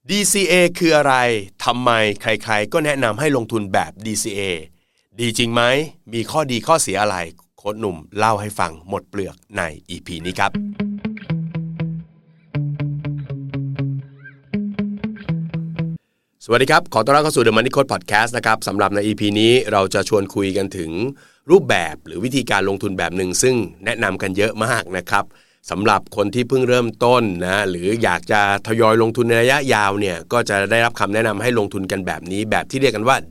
DCA คืออะไรทำไมใครๆก็แนะนำให้ลงทุนแบบ DCA ดีจริงไหมมีข้อดีข้อเสียอะไรโค้ชหนุ่มเล่าให้ฟังหมดเปลือกใน EP นี้ครับสวัสดีครับขอต้อนรับเข้าสู่ The Money Coach Podcast นะครับสำหรับใน EP นี้เราจะชวนคุยกันถึงรูปแบบหรือวิธีการลงทุนแบบหนึ่งซึ่งแนะนำกันเยอะมากนะครับสำหรับคนที่เพิ่งเริ่มต้นนะหรืออยากจะทยอยลงทุนในระยะยาวเนี่ยก็จะได้รับคำแนะนำให้ลงทุนกันแบบนี้แบบที่เรียกกันว่า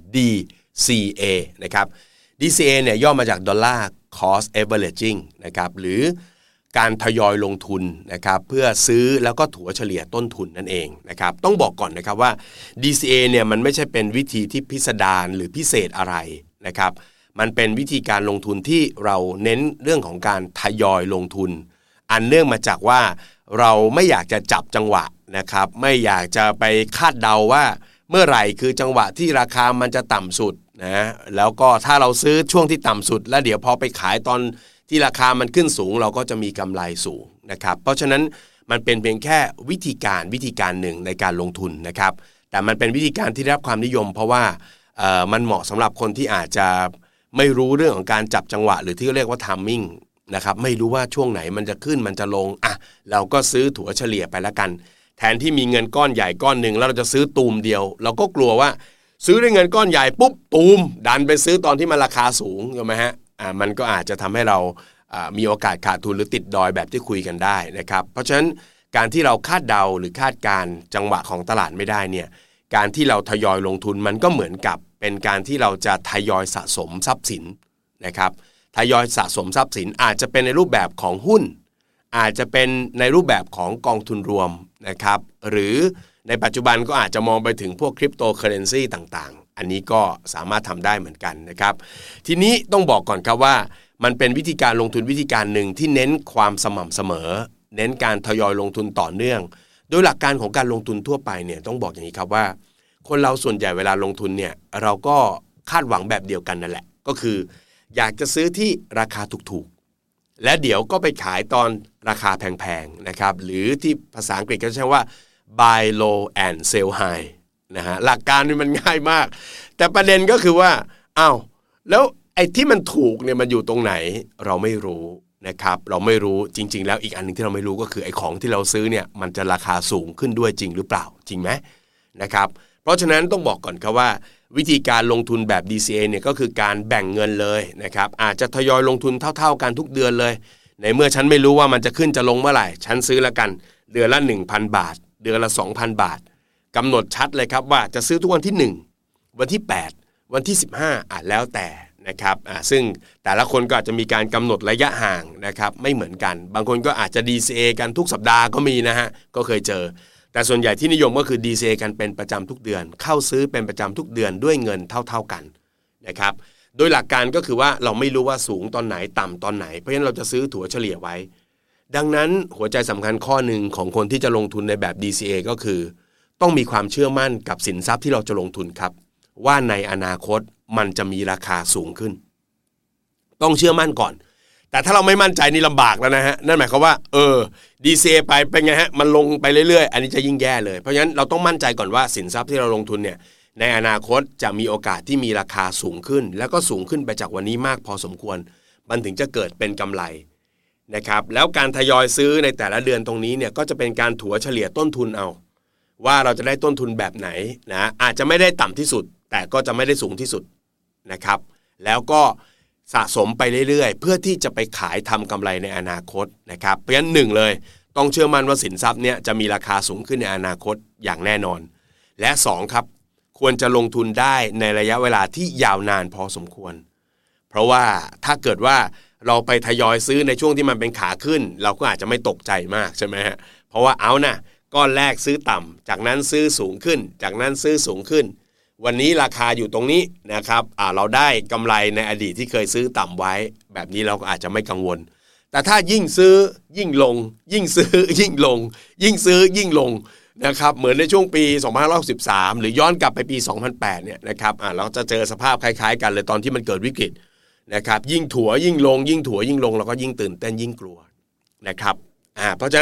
DCA นะครับ DCA เนี่ยย่อมาจาก Dollar Cost Averaging นะครับหรือการทยอยลงทุนนะครับเพื่อซื้อแล้วก็ถัวเฉลี่ยต้นทุนนั่นเองนะครับต้องบอกก่อนนะครับว่า DCA เนี่ยมันไม่ใช่เป็นวิธีที่พิสดารหรือพิเศษอะไรนะครับมันเป็นวิธีการลงทุนที่เราเน้นเรื่องของการทยอยลงทุนอันเนื่องมาจากว่าเราไม่อยากจะจับจังหวะนะครับไม่อยากจะไปคาดเดาว่าเมื่อไหร่คือจังหวะที่ราคามันจะต่ำสุดนะแล้วก็ถ้าเราซื้อช่วงที่ต่ำสุดแล้วเดี๋ยวพอไปขายตอนที่ราคามันขึ้นสูงเราก็จะมีกำไรสูงนะครับเพราะฉะนั้นมันเป็นเพียงแค่วิธีการหนึ่งในการลงทุนนะครับแต่มันเป็นวิธีการที่ได้รับความนิยมเพราะว่ามันเหมาะสำหรับคนที่อาจจะไม่รู้เรื่องของการจับจังหวะหรือที่เรียกว่า timing นะครับไม่รู้ว่าช่วงไหนมันจะขึ้นมันจะลงเราก็ซื้อถัวเฉลี่ยไปแล้วกันแทนที่มีเงินก้อนใหญ่ก้อนหนึ่งแล้วเราจะซื้อตูมเดียวเราก็กลัวว่าซื้อได้เงินก้อนใหญ่ปุ๊บตูมดันไปซื้อตอนที่มันราคาสูงใช่ไหมฮะมันก็อาจจะทำให้เรามีโอกาสขาดทุนหรือติดดอยแบบที่คุยกันได้นะครับเพราะฉะนั้นการที่เราคาดเดาหรือคาดการจังหวะของตลาดไม่ได้เนี่ยการที่เราทยอยลงทุนมันก็เหมือนกับเป็นการที่เราจะทยอยสะสมทรัพย์สินนะครับทยอยสะสมทรัพย์สินอาจจะเป็นในรูปแบบของหุ้นอาจจะเป็นในรูปแบบของกองทุนรวมนะครับหรือในปัจจุบันก็อาจจะมองไปถึงพวกคริปโตเคอเรนซีต่างๆอันนี้ก็สามารถทำได้เหมือนกันนะครับทีนี้ต้องบอกก่อนครับว่ามันเป็นวิธีการลงทุนวิธีการหนึ่งที่เน้นความสม่ำเสมอเน้นการทยอยลงทุนต่อเนื่องโดยหลักการของการลงทุนทั่วไปเนี่ยต้องบอกอย่างนี้ครับว่าคนเราส่วนใหญ่เวลาลงทุนเนี่ยเราก็คาดหวังแบบเดียวกันนั่นแหละก็คืออยากจะซื้อที่ราคาถูกๆและเดี๋ยวก็ไปขายตอนราคาแพงๆนะครับหรือที่ภาษาอังกฤษก็ใช้ว่า buy low and sell high นะฮะหลักการนี่มันง่ายมากแต่ประเด็นก็คือว่าแล้วไอ้ที่มันถูกเนี่ยมันอยู่ตรงไหนเราไม่รู้นะครับเราไม่รู้จริงๆแล้วอีกอันนึงที่เราไม่รู้ก็คือไอ้ของที่เราซื้อเนี่ยมันจะราคาสูงขึ้นด้วยจริงหรือเปล่าจริงไหมนะครับเพราะฉะนั้นต้องบอกก่อนครับว่าวิธีการลงทุนแบบ DCA เนี่ยก็คือการแบ่งเงินเลยนะครับอาจจะทยอยลงทุนเท่าๆกันทุกเดือนเลยในเมื่อฉันไม่รู้ว่ามันจะขึ้นจะลงเมื่อไหร่ฉันซื้อแล้วกันเดือนละ 1,000 บาทเดือนละ 2,000 บาทกำหนดชัดเลยครับว่าจะซื้อทุกวันที่1วันที่8วันที่15แล้วแต่นะครับซึ่งแต่ละคนก็อาจจะมีการกำหนดระยะห่างนะครับไม่เหมือนกันบางคนก็อาจจะ DCA กันทุกสัปดาห์ก็มีนะฮะก็เคยเจอแต่ส่วนใหญ่ที่นิยมก็คือ DCA กันเป็นประจำทุกเดือนเข้าซื้อเป็นประจำทุกเดือนด้วยเงินเท่ากันนะครับโดยหลักการก็คือว่าเราไม่รู้ว่าสูงตอนไหนต่ำตอนไหนเพราะฉะนั้นเราจะซื้อถัวเฉลี่ยไว้ดังนั้นหัวใจสำคัญข้อหนึ่งของคนที่จะลงทุนในแบบ DCA ก็คือต้องมีความเชื่อมั่นกับสินทรัพย์ที่เราจะลงทุนครับว่าในอนาคตมันจะมีราคาสูงขึ้นต้องเชื่อมั่นก่อนแต่ถ้าเราไม่มั่นใจนี่ลำบากแล้วนะฮะนั่นหมายความว่าDCA ไปเป็นไงฮะมันลงไปเรื่อยๆอันนี้จะยิ่งแย่เลยเพราะฉะนั้นเราต้องมั่นใจก่อนว่าสินทรัพย์ที่เราลงทุนเนี่ยในอนาคตจะมีโอกาสที่มีราคาสูงขึ้นแล้วก็สูงขึ้นไปจากวันนี้มากพอสมควรมันถึงจะเกิดเป็นกำไรนะครับแล้วการทยอยซื้อในแต่ละเดือนตรงนี้เนี่ยก็จะเป็นการถัวเฉลี่ยต้นทุนเอาว่าเราจะได้ต้นทุนแบบไหนนะอาจจะไม่ได้ต่ำที่สุดแต่ก็จะไม่ได้สูงที่สุดนะครับแล้วก็สะสมไปเรื่อยๆเพื่อที่จะไปขายทำกำไรในอนาคตนะครับเพราะฉะนั้น1เลยต้องเชื่อมั่นว่าสินทรัพย์เนี่ยจะมีราคาสูงขึ้นในอนาคตอย่างแน่นอนและ2ครับควรจะลงทุนได้ในระยะเวลาที่ยาวนานพอสมควรเพราะว่าถ้าเกิดว่าเราไปทยอยซื้อในช่วงที่มันเป็นขาขึ้นเราก็อาจจะไม่ตกใจมากใช่ไหมฮะเพราะว่าก้อนแรกซื้อต่ำจากนั้นซื้อสูงขึ้นจากนั้นซื้อสูงขึ้นวันนี้ราคาอยู่ตรงนี้นะครับเราได้กำไรในอดีตที่เคยซื้อต่ำไว้แบบนี้เราก็อาจจะไม่กังวลแต่ถ้ายิ่งซื้อยิ่งลงยิ่งซื้อยิ่งลงยิ่งซื้อยิ่งลงนะครับเหมือนในช่วงปี2563หรือย้อนกลับไปปี2008เนี่ยนะครับเราจะเจอสภาพคล้ายๆกันเลยตอนที่มันเกิดวิกฤตนะครับยิ่งถัวยิ่งลงยิ่งถัวยิ่งลงเราก็ยิ่งตื่นเต้นยิ่งกลัวนะครับเพราะฉะนั้น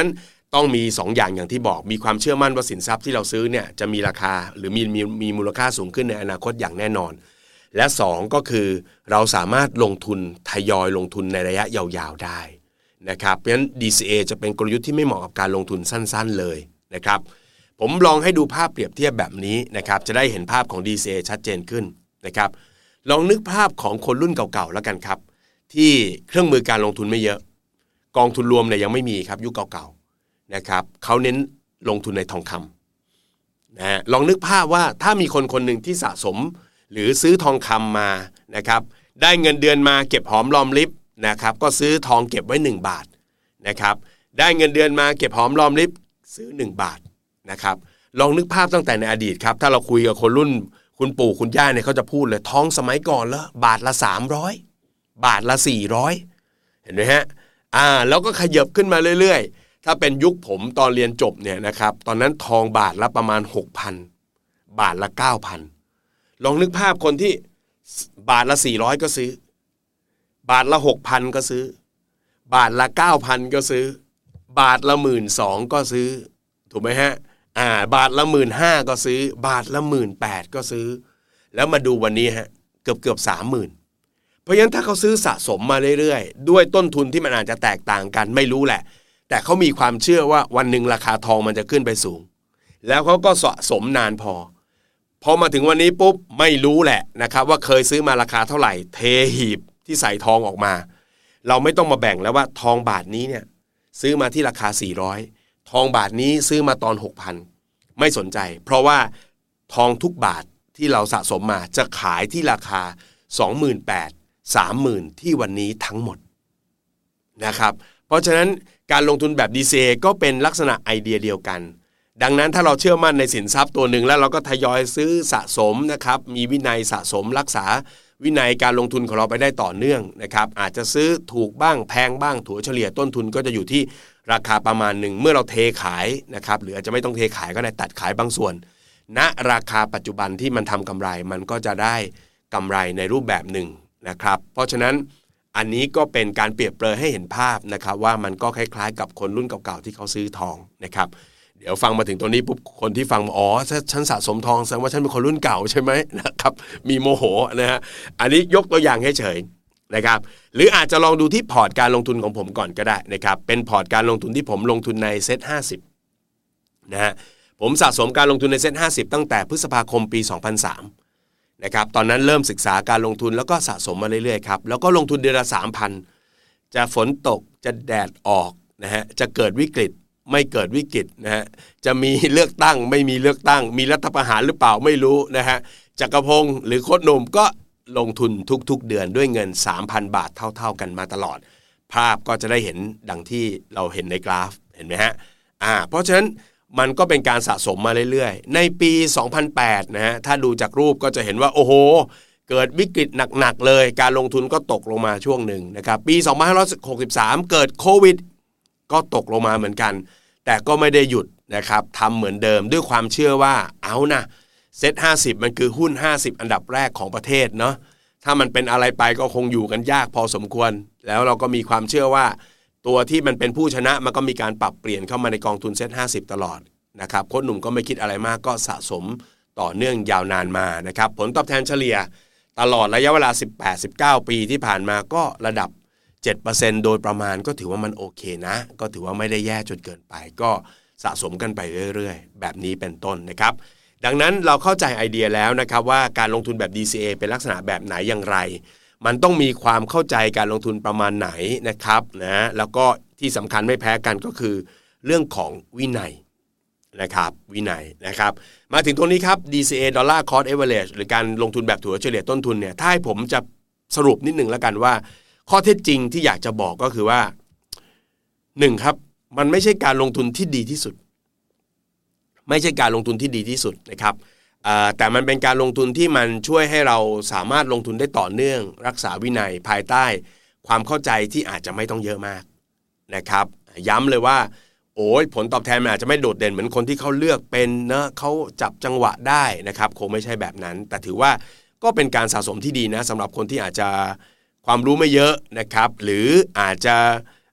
ต้องมี2 อย่างที่บอกมีความเชื่อมั่นว่าสินทรัพย์ที่เราซื้อเนี่ยจะมีราคาหรือมีมูลค่าสูงขึ้นในอนาคตอย่างแน่นอนและ2ก็คือเราสามารถลงทุนทยอยลงทุนในระยะยาวๆได้นะครับเพราะฉะนั้น DCA จะเป็นกลยุทธ์ที่ไม่เหมาะกับการลงทุนสั้นๆเลยนะครับผมลองให้ดูภาพเปรียบเทียบแบบนี้นะครับจะได้เห็นภาพของ DCA ชัดเจนขึ้นนะครับลองนึกภาพของคนรุ่นเก่าๆแล้วกันครับที่เครื่องมือการลงทุนไม่เยอะกองทุนรวมเนี่ยยังไม่มีครับยุคเก่าๆนะครับเขาเน้นลงทุนในทองคำนะลองนึกภาพว่าถ้ามีคนหนึ่งที่สะสมหรือซื้อทองคำมานะครับได้เงินเดือนมาเก็บหอมรอมริบนะครับก็ซื้อทองเก็บไว้1 บาทนะครับได้เงินเดือนมาเก็บหอมรอมริบซื้อ1 บาทนะครับลองนึกภาพตั้งแต่ในอดีตครับถ้าเราคุยกับคนรุ่นคุณปู่คุณย่าเนี่ยเขาจะพูดเลยทองสมัยก่อนละบาทละ300บาทละ400เห็นไหมฮะแล้วก็ขยับขึ้นมาเรื่อยๆถ้าเป็นยุคผมตอนเรียนจบเนี่ยนะครับตอนนั้นทองบาทละประมาณ 6,000 บาทละ 9,000 ลองนึกภาพคนที่บาทละ400ก็ซื้อบาทละ 6,000 ก็ซื้อบาทละ 9,000 ก็ซื้อบาทละ 12,000 ก็ซื้อถูกไหมฮะบาทละ 15,000 ก็ซื้อบาทละ 18,000 ก็ซื้อแล้วมาดูวันนี้ฮะเกือบ 30,000 เพราะฉะนั้นถ้าเขาซื้อสะสมมาเรื่อยๆด้วยต้นทุนที่มันอาจจะแตกต่างกันไม่รู้แหละแต่เขามีความเชื่อว่าวันหนึ่งราคาทองมันจะขึ้นไปสูงแล้วเขาก็สะสมนานพอมาถึงวันนี้ปุ๊บไม่รู้แหละนะครับว่าเคยซื้อมาราคาเท่าไหร่เทหีบที่ใส่ทองออกมาเราไม่ต้องมาแบ่งแล้วว่าทองบาทนี้เนี่ยซื้อมาที่ราคา400ทองบาทนี้ซื้อมาตอน 6,000 ไม่สนใจเพราะว่าทองทุกบาทที่เราสะสมมาจะขายที่ราคา 28,000 30,000 ที่วันนี้ทั้งหมดนะครับเพราะฉะนั้นการลงทุนแบบ DCA ก็เป็นลักษณะไอเดียเดียวกันดังนั้นถ้าเราเชื่อมั่นในสินทรัพย์ตัวหนึ่งแล้วเราก็ทยอยซื้อสะสมนะครับมีวินัยสะสมรักษาวินัยการลงทุนของเราไปได้ต่อเนื่องนะครับอาจจะซื้อถูกบ้างแพงบ้างถัวเฉลี่ยต้นทุนก็จะอยู่ที่ราคาประมาณหนึ่งเมื่อเราเทขายนะครับหรืออาจจะไม่ต้องเทขายก็ได้ตัดขายบางส่วนณราคาปัจจุบันที่มันทำกำไรมันก็จะได้กำไรในรูปแบบหนึ่งนะครับเพราะฉะนั้นอันนี้ก็เป็นการเปรียบเปรยให้เห็นภาพนะครับว่ามันก็คล้ายๆกับคนรุ่นเก่าๆที่เขาซื้อทองนะครับเดี๋ยวฟังมาถึงตรงนี้ปุ๊บคนที่ฟังฉันสะสมทองแสดงว่าฉันเป็นคนรุ่นเก่าใช่ไหมนะครับมีโมโหนะฮะอันนี้ยกตัวอย่างให้เฉยนะครับหรืออาจจะลองดูที่พอร์ตการลงทุนของผมก่อนก็ได้นะครับเป็นพอร์ตการลงทุนที่ผมลงทุนในเซ็ต50นะฮะผมสะสมการลงทุนในเซ็ต50ตั้งแต่พฤษภาคมปี2003นะครับตอนนั้นเริ่มศึกษาการลงทุนแล้วก็สะสมมาเรื่อยๆครับแล้วก็ลงทุนเดือนละ 3,000 จะฝนตกจะแดดออกนะฮะจะเกิดวิกฤตไม่เกิดวิกฤตนะฮะจะมีเลือกตั้งไม่มีเลือกตั้งมีรัฐประหารหรือเปล่าไม่รู้นะฮะจักรพงศ์หรือโค้ชหนุ่มก็ลงทุนทุกๆเดือนด้วยเงิน 3,000 บาทเท่าๆกันมาตลอดภาพก็จะได้เห็นดังที่เราเห็นในกราฟเห็นไหมฮะเพราะฉะนั้นมันก็เป็นการสะสมมาเรื่อยๆในปี 2008 นะฮะถ้าดูจากรูปก็จะเห็นว่าโอ้โหเกิดวิกฤตหนักๆเลยการลงทุนก็ตกลงมาช่วงหนึ่งนะครับปี 2563 เกิดโควิดก็ตกลงมาเหมือนกันแต่ก็ไม่ได้หยุดนะครับทำเหมือนเดิมด้วยความเชื่อว่าเอานะเซ็ต50มันคือหุ้น50อันดับแรกของประเทศเนาะถ้ามันเป็นอะไรไปก็คงอยู่กันยากพอสมควรแล้วเราก็มีความเชื่อว่าตัวที่มันเป็นผู้ชนะมันก็มีการปรับเปลี่ยนเข้ามาในกองทุนเซ็ต50ตลอดนะครับโค้ชหนุ่มก็ไม่คิดอะไรมากก็สะสมต่อเนื่องยาวนานมานะครับผลตอบแทนเฉลี่ยตลอดระยะเวลา 18-19 ปีที่ผ่านมาก็ระดับ 7% โดยประมาณก็ถือว่ามันโอเคนะก็ถือว่าไม่ได้แย่จนเกินไปก็สะสมกันไปเรื่อยๆแบบนี้เป็นต้นนะครับดังนั้นเราเข้าใจไอเดียแล้วนะครับว่าการลงทุนแบบ DCA เป็นลักษณะแบบไหนอย่างไรมันต้องมีความเข้าใจการลงทุนประมาณไหนนะครับนะแล้วก็ที่สำคัญไม่แพ้กันก็คือเรื่องของวินัยนะครับวินัยนะครับมาถึงตรงนี้ครับ DCA Dollar Cost Average หรือการลงทุนแบบถัวเฉลี่ยต้นทุนเนี่ยถ้าให้ผมจะสรุปนิดนึงแล้วกันว่าข้อเท็จจริงที่อยากจะบอกก็คือว่า1ครับมันไม่ใช่การลงทุนที่ดีที่สุดไม่ใช่การลงทุนที่ดีที่สุดนะครับแต่มันเป็นการลงทุนที่มันช่วยให้เราสามารถลงทุนได้ต่อเนื่องรักษาวินัยภายใต้ความเข้าใจที่อาจจะไม่ต้องเยอะมากนะครับย้ำเลยว่าโอ้ยผลตอบแทนมันอาจจะไม่โดดเด่นเหมือนคนที่เขาเลือกเป็นนะเขาจับจังหวะได้นะครับคงไม่ใช่แบบนั้นแต่ถือว่าก็เป็นการสะสมที่ดีนะสำหรับคนที่อาจจะความรู้ไม่เยอะนะครับหรืออาจจะ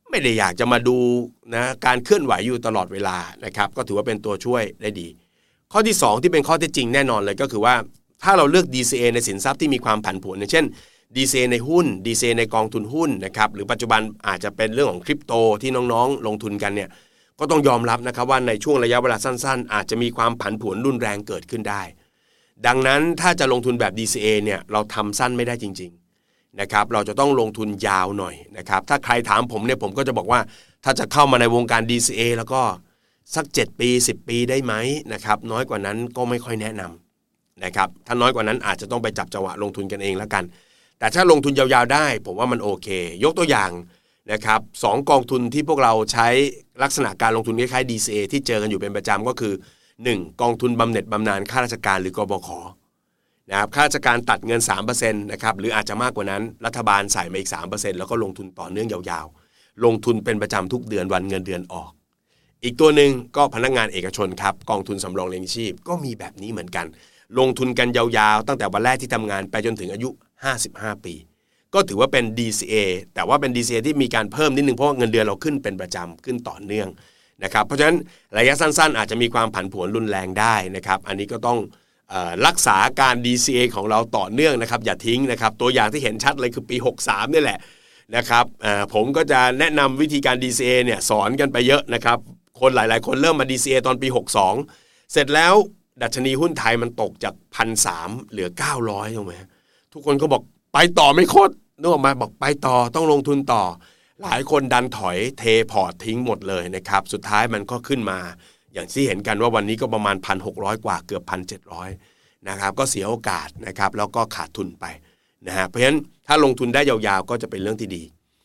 ไม่ได้อยากจะมาดูนะการเคลื่อนไหวอยู่ตลอดเวลานะครับก็ถือว่าเป็นตัวช่วยได้ดีข้อที่2ที่เป็นข้อเท็จจริงแน่นอนเลยก็คือว่าถ้าเราเลือก DCA ในสินทรัพย์ที่มีความผันผวนอย่างเช่น DCA ในหุ้น DCA ในกองทุนหุ้นนะครับหรือปัจจุบันอาจจะเป็นเรื่องของคริปโตที่น้องๆลงทุนกันเนี่ยก็ต้องยอมรับนะครับว่าในช่วงระยะเวลาสั้นๆอาจจะมีความผันผวนรุนแรงเกิดขึ้นได้ดังนั้นถ้าจะลงทุนแบบ DCA เนี่ยเราทำสั้นไม่ได้จริงๆนะครับเราจะต้องลงทุนยาวหน่อยนะครับถ้าใครถามผมเนี่ยผมก็จะบอกว่าถ้าจะเข้ามาในวงการ DCA แล้วก็สัก7ปี10ปีได้ไหมนะครับน้อยกว่านั้นก็ไม่ค่อยแนะนำนะครับถ้าน้อยกว่านั้นอาจจะต้องไปจับจังหวะลงทุนกันเองแล้วกันแต่ถ้าลงทุนยาวๆได้ผมว่ามันโอเคยกตัวอย่างนะครับ2กองทุนที่พวกเราใช้ลักษณะการลงทุนคล้ายๆ DCA ที่เจอกันอยู่เป็นประจำก็คือ1กองทุนบำเหน็จบำนาญข้าราชการหรือกบข.นะครับข้าราชการตัดเงิน 3% นะครับหรืออาจจะมากกว่านั้นรัฐบาลใส่มาอีก 3% แล้วก็ลงทุนต่อเนื่องยาวๆลงทุนเป็นประจำทุกเดือนวันเงินเดือนออกอีกตัวหนึ่งก็พนักงานเอกชนครับกองทุนสำรองเลี้ยงชีพก็มีแบบนี้เหมือนกันลงทุนกันยาวๆตั้งแต่วันแรกที่ทำงานไปจนถึงอายุ55ปีก็ถือว่าเป็น DCA แต่ว่าเป็น DCA ที่มีการเพิ่มนิดนึงเพราะว่าเงินเดือนเราขึ้นเป็นประจำขึ้นต่อเนื่องนะครับเพราะฉะนั้นระยะสั้นๆอาจจะมีความผันผวนรุนแรงได้นะครับอันนี้ก็ต้องรักษาการ DCA ของเราต่อเนื่องนะครับอย่าทิ้งนะครับตัวอย่างที่เห็นชัดเลยคือปี63นี่แหละนะครับผมก็จะแนะนำวิธีการ DCA เนี่ยสอนกันไปเยอะนะครับคนหลายๆคนเริ่มมา DCA ตอนปี62เสร็จแล้วดัชนีหุ้นไทยมันตกจาก 1,300 เหลือ900ถูกไหมทุกคนก็บอกไปต่อไม่โคตรนึกออกมาบอกไปต่อต้องลงทุนต่อหลายคนดันถอยเทพอร์ตทิ้งหมดเลยนะครับสุดท้ายมันก็ขึ้นมาอย่างที่เห็นกันว่าวันนี้ก็ประมาณ 1,600 กว่าเกือบ 1,700 นะครับก็เสียโอกาสนะครับแล้วก็ขาดทุนไปนะฮะเพราะฉะนั้นถ้าลงทุนได้ยาวๆก็จะเป็นเรื่องที่ดี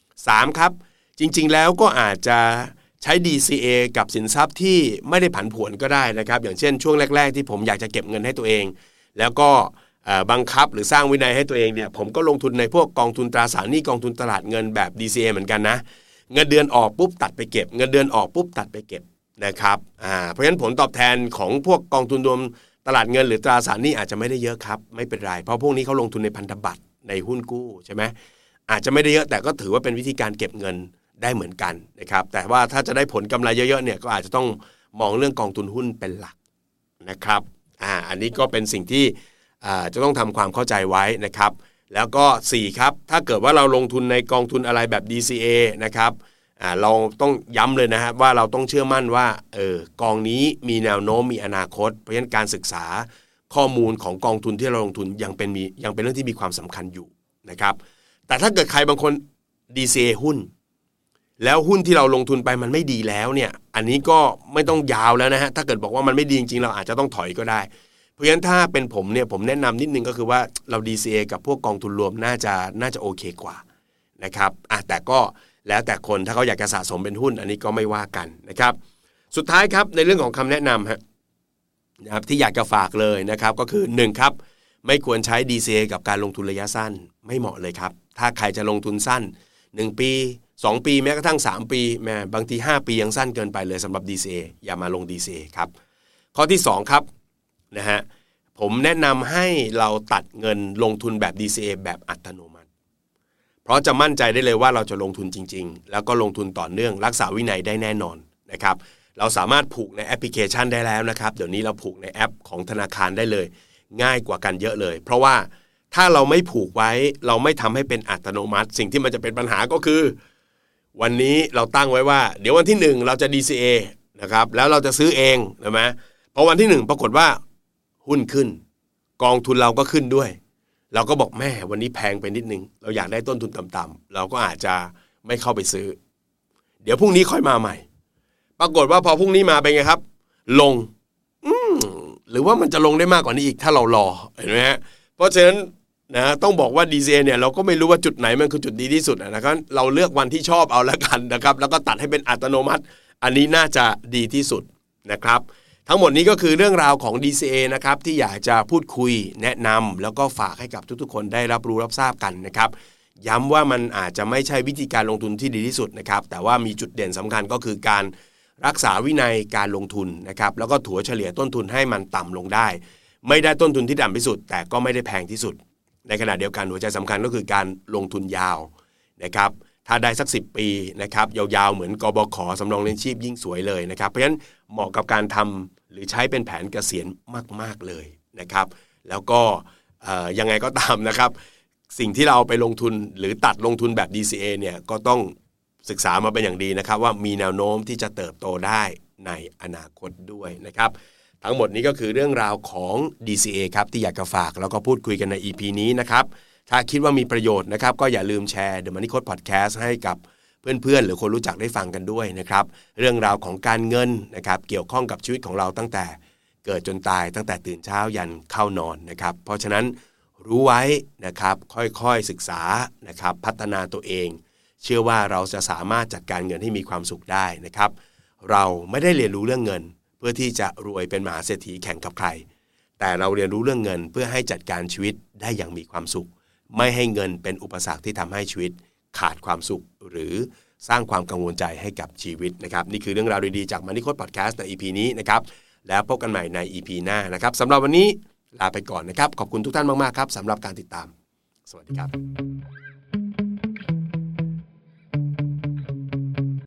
3ครับจริงๆแล้วก็อาจจะใช้ DCA กับสินทรัพย์ที่ไม่ได้ผันผวนก็ได้นะครับอย่างเช่นช่วงแรกๆที่ผมอยากจะเก็บเงินให้ตัวเองแล้วก็บังคับหรือสร้างวินัยให้ตัวเองเนี่ยผมก็ลงทุนในพวกกองทุนตราสารหนี้กองทุนตลาดเงินแบบ DCA เหมือนกันนะเงินเดือนออกปุ๊บตัดไปเก็บเงินเดือนออกปุ๊บตัดไปเก็บนะครับเพราะฉะนั้นผลตอบแทนของพวกกองทุนรวมตลาดเงินหรือตราสารหนี้อาจจะไม่ได้เยอะครับไม่เป็นไรเพราะพวกนี้เขาลงทุนในพันธบัตรในหุ้นกู้ใช่ไหมอาจจะไม่ได้เยอะแต่ก็ถือว่าเป็นวิธีการเก็บเงินได้เหมือนกันนะครับแต่ว่าถ้าจะได้ผลกำไรเยอะๆเนี่ยก็อาจจะต้องมองเรื่องกองทุนหุ้นเป็นหลักนะครับอันนี้ก็เป็นสิ่งที่จะต้องทำความเข้าใจไว้นะครับแล้วก็4ครับถ้าเกิดว่าเราลงทุนในกองทุนอะไรแบบ DCA นะครับเราต้องย้ำเลยนะครับว่าเราต้องเชื่อมั่นว่ากองนี้มีแนวโน้มมีอนาคตเพราะฉะนั้นการศึกษาข้อมูลของกองทุนที่เราลงทุนยังเป็นเรื่องที่มีความสำคัญอยู่นะครับแต่ถ้าเกิดใครบางคน DCA หุ้นแล้วหุ้นที่เราลงทุนไปมันไม่ดีแล้วเนี่ยอันนี้ก็ไม่ต้องยาวแล้วนะฮะถ้าเกิดบอกว่ามันไม่ดีจริงๆเราอาจจะต้องถอยก็ได้เพราะฉะนั้นถ้าเป็นผมเนี่ยผมแนะนำนิดนึงก็คือว่าเรา DCA กับพวกกองทุนรวมน่าจะโอเคกว่านะครับแต่ก็แล้วแต่คนถ้าเขาอยากจะสะสมเป็นหุ้นอันนี้ก็ไม่ว่ากันนะครับสุดท้ายครับในเรื่องของคำแนะนำนะครับที่อยากจะฝากเลยนะครับก็คือ1ครับไม่ควรใช้ DCA กับการลงทุนระยะสั้นไม่เหมาะเลยครับถ้าใครจะลงทุนสั้น1ปี2ปีแม้กระทั่ง3ปีแม้บางที5ปียังสั้นเกินไปเลยสำหรับ DCA อย่ามาลง DCA ครับข้อที่2ครับนะฮะผมแนะนำให้เราตัดเงินลงทุนแบบ DCA แบบอัตโนมัติเพราะจะมั่นใจได้เลยว่าเราจะลงทุนจริงๆแล้วก็ลงทุนต่อเนื่องรักษาวินัยได้แน่นอนนะครับเราสามารถผูกในแอปพลิเคชันได้แล้วนะครับเดี๋ยวนี้เราผูกในแอปของธนาคารได้เลยง่ายกว่ากันเยอะเลยเพราะว่าถ้าเราไม่ผูกไว้เราไม่ทำให้เป็นอัตโนมัติสิ่งที่มันจะเป็นปัญหาก็คือวันนี้เราตั้งไว้ว่าเดี๋ยววันที่1เราจะ DCA นะครับแล้วเราจะซื้อเองใช่ไหมพอวันที่1ปรากฏว่าหุ้นขึ้นกองทุนเราก็ขึ้นด้วยเราก็บอกแม่วันนี้แพงไปนิดนึงเราอยากได้ต้นทุนต่ำๆเราก็อาจจะไม่เข้าไปซื้อเดี๋ยวพรุ่งนี้ค่อยมาใหม่ปรากฏว่าพอพรุ่งนี้มาเป็นไงครับลงหรือว่ามันจะลงได้มากกว่านี้อีกถ้าเรารอเห็นไหมฮะเพราะฉะนั้นนะต้องบอกว่า DCA เนี่ยเราก็ไม่รู้ว่าจุดไหนมันคือจุดดีที่สุดนะครับเราเลือกวันที่ชอบเอาแล้วกันนะครับแล้วก็ตัดให้เป็นอัตโนมัติอันนี้น่าจะดีที่สุดนะครับทั้งหมดนี้ก็คือเรื่องราวของ DCA นะครับที่อยากจะพูดคุยแนะนำแล้วก็ฝากให้กับทุกๆคนได้รับรู้รับทราบกันนะครับย้ำว่ามันอาจจะไม่ใช่วิธีการลงทุนที่ดีที่สุดนะครับแต่ว่ามีจุดเด่นสำคัญก็คือการรักษาวินัยการลงทุนนะครับแล้วก็ถัวเฉลี่ยต้นทุนให้มันต่ำลงได้ไม่ได้ต้นทุนที่ต่ำที่สุดแต่ก็ไม่ได้แพงที่สุดในขณะเดียวกันหัวใจสำคัญก็คือการลงทุนยาวนะครับถ้าได้สัก10 ปีนะครับยาวๆเหมือนกบข.สำรองเลี้ยงชีพยิ่งสวยเลยนะครับเพราะฉะนั้นเหมาะกับการทำหรือใช้เป็นแผนเกษียณมากๆเลยนะครับแล้วก็ยังไงก็ตามนะครับสิ่งที่เราไปลงทุนหรือตัดลงทุนแบบ DCA เนี่ยก็ต้องศึกษามาเป็นอย่างดีนะครับว่ามีแนวโน้มที่จะเติบโตได้ในอนาคตด้วยนะครับทั้งหมดนี้ก็คือเรื่องราวของ DCA ครับที่อยากจะฝากแล้วก็พูดคุยกันใน EP นี้นะครับถ้าคิดว่ามีประโยชน์นะครับก็อย่าลืมแชร์ The Money Code Podcast ให้กับเพื่อนๆหรือคนรู้จักได้ฟังกันด้วยนะครับเรื่องราวของการเงินนะครับเกี่ยวข้องกับชีวิตของเราตั้งแต่เกิดจนตายตั้งแต่ตื่นเช้ายันเข้านอนนะครับเพราะฉะนั้นรู้ไว้นะครับค่อยๆศึกษานะครับพัฒนาตัวเองเชื่อว่าเราจะสามารถจัดการเงินให้มีความสุขได้นะครับเราไม่ได้เรียนรู้เรื่องเงินเพื่อที่จะรวยเป็นมหาเศรษฐีแข่งกับใครแต่เราเรียนรู้เรื่องเงินเพื่อให้จัดการชีวิตได้อย่างมีความสุขไม่ให้เงินเป็นอุปสรรคที่ทำให้ชีวิตขาดความสุขหรือสร้างความกังวลใจให้กับชีวิตนะครับนี่คือเรื่องราวดีๆจาก Money Code Podcast ใน EP นี้นะครับแล้วพบกันใหม่ใน EP หน้านะครับสำหรับวันนี้ลาไปก่อนนะครับขอบคุณทุกท่านมากๆครับสำหรับการติดตามสวัสดีครับ